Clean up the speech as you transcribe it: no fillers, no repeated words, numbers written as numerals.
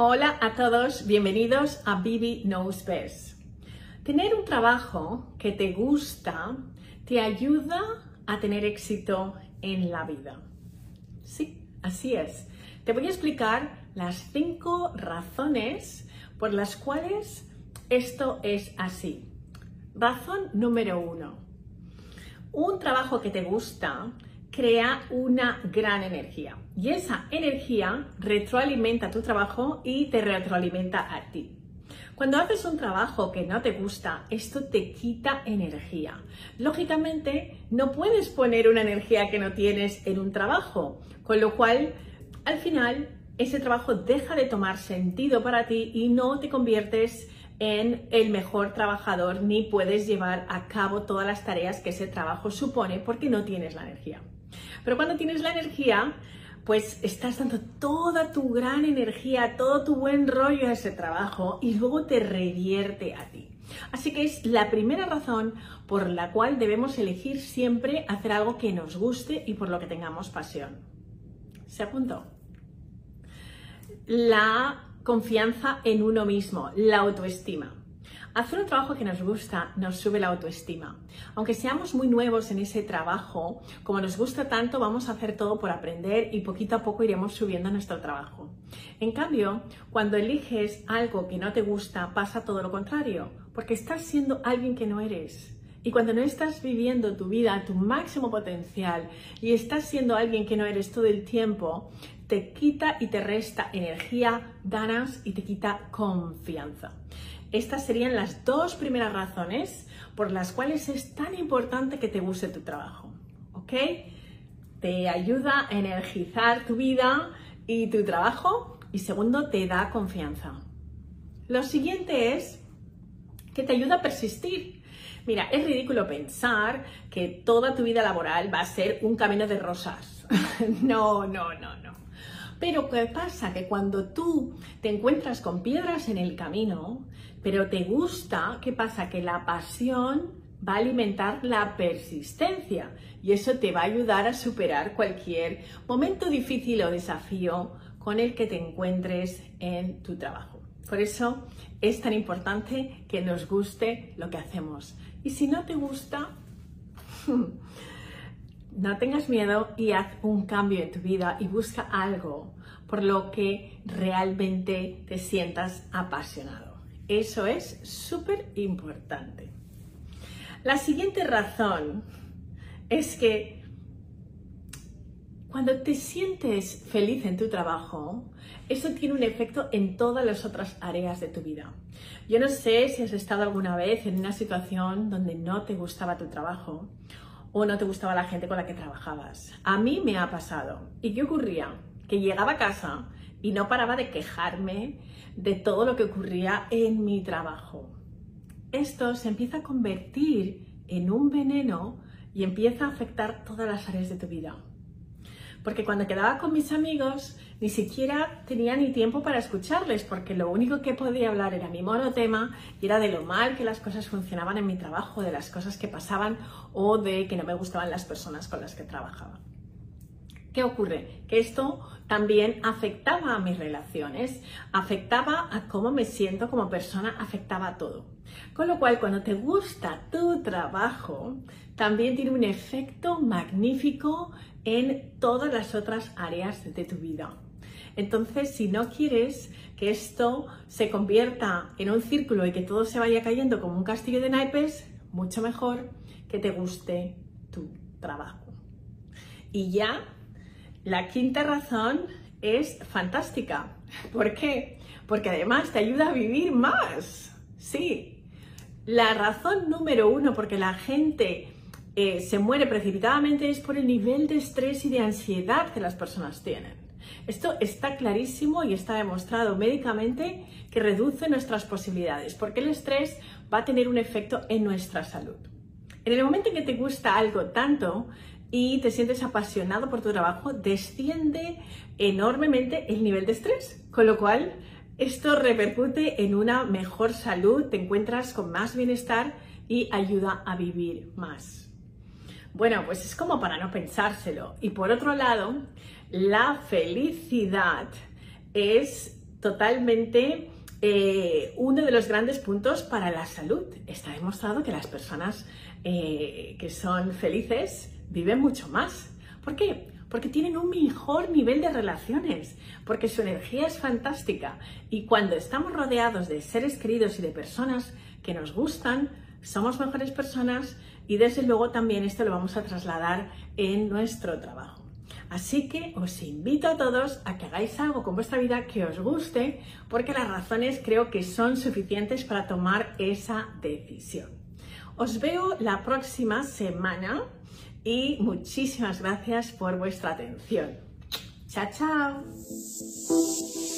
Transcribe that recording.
Hola a todos, bienvenidos a Bibi Knows Best. Tener un trabajo que te gusta te ayuda a tener éxito en la vida. Sí, así es. Te voy a explicar las 5 razones por las cuales esto es así. Razón número 1. Un trabajo que te gusta crea una gran energía y esa energía retroalimenta tu trabajo y te retroalimenta a ti. Cuando haces un trabajo que no te gusta, esto te quita energía. Lógicamente, no puedes poner una energía que no tienes en un trabajo, con lo cual, al final, ese trabajo deja de tomar sentido para ti y no te conviertes en el mejor trabajador ni puedes llevar a cabo todas las tareas que ese trabajo supone porque no tienes la energía. Pero cuando tienes la energía, pues estás dando toda tu gran energía, todo tu buen rollo a ese trabajo y luego te revierte a ti. Así que es la primera razón por la cual debemos elegir siempre hacer algo que nos guste y por lo que tengamos pasión. Segundo, la confianza en uno mismo, la autoestima. Hacer un trabajo que nos gusta nos sube la autoestima. Aunque seamos muy nuevos en ese trabajo, como nos gusta tanto, vamos a hacer todo por aprender y poquito a poco iremos subiendo nuestro trabajo. En cambio, cuando eliges algo que no te gusta, pasa todo lo contrario, porque estás siendo alguien que no eres. Y cuando no estás viviendo tu vida a tu máximo potencial y estás siendo alguien que no eres todo el tiempo, te quita y te resta energía, ganas y te quita confianza. Estas serían las 2 primeras razones por las cuales es tan importante que te guste tu trabajo, ¿ok? Te ayuda a energizar tu vida y tu trabajo y segundo, te da confianza. Lo siguiente es que te ayuda a persistir. Mira, es ridículo pensar que toda tu vida laboral va a ser un camino de rosas. No. Pero ¿qué pasa? Que cuando tú te encuentras con piedras en el camino, pero te gusta, ¿qué pasa? Que la pasión va a alimentar la persistencia y eso te va a ayudar a superar cualquier momento difícil o desafío con el que te encuentres en tu trabajo. Por eso es tan importante que nos guste lo que hacemos. Y si no te gusta, no tengas miedo y haz un cambio en tu vida y busca algo por lo que realmente te sientas apasionado. Eso es súper importante. La siguiente razón es que cuando te sientes feliz en tu trabajo, eso tiene un efecto en todas las otras áreas de tu vida. Yo no sé si has estado alguna vez en una situación donde no te gustaba tu trabajo o no te gustaba la gente con la que trabajabas. A mí me ha pasado. ¿Y qué ocurría? Que llegaba a casa y no paraba de quejarme de todo lo que ocurría en mi trabajo. Esto se empieza a convertir en un veneno y empieza a afectar todas las áreas de tu vida. Porque cuando quedaba con mis amigos, ni siquiera tenía ni tiempo para escucharles, porque lo único que podía hablar era mi monotema y era de lo mal que las cosas funcionaban en mi trabajo, de las cosas que pasaban o de que no me gustaban las personas con las que trabajaba. ¿Qué ocurre? Que esto también afectaba a mis relaciones, afectaba a cómo me siento como persona, afectaba a todo. Con lo cual, cuando te gusta tu trabajo, también tiene un efecto magnífico en todas las otras áreas de tu vida. Entonces, si no quieres que esto se convierta en un círculo y que todo se vaya cayendo como un castillo de naipes, mucho mejor que te guste tu trabajo. Y ya, la quinta razón es fantástica. ¿Por qué? Porque además te ayuda a vivir más. Sí. La razón número 1 por que la gente se muere precipitadamente es por el nivel de estrés y de ansiedad que las personas tienen. Esto está clarísimo y está demostrado médicamente que reduce nuestras posibilidades, porque el estrés va a tener un efecto en nuestra salud. En el momento en que te gusta algo tanto y te sientes apasionado por tu trabajo, desciende enormemente el nivel de estrés, con lo cual esto repercute en una mejor salud, te encuentras con más bienestar y ayuda a vivir más. Bueno, pues es como para no pensárselo. Y por otro lado, la felicidad es totalmente uno de los grandes puntos para la salud. Está demostrado que las personas que son felices viven mucho más. ¿Por qué? Porque tienen un mejor nivel de relaciones, porque su energía es fantástica y cuando estamos rodeados de seres queridos y de personas que nos gustan, somos mejores personas y desde luego también esto lo vamos a trasladar en nuestro trabajo. Así que os invito a todos a que hagáis algo con vuestra vida que os guste, porque las razones creo que son suficientes para tomar esa decisión. Os veo la próxima semana y muchísimas gracias por vuestra atención. ¡Chao, chao!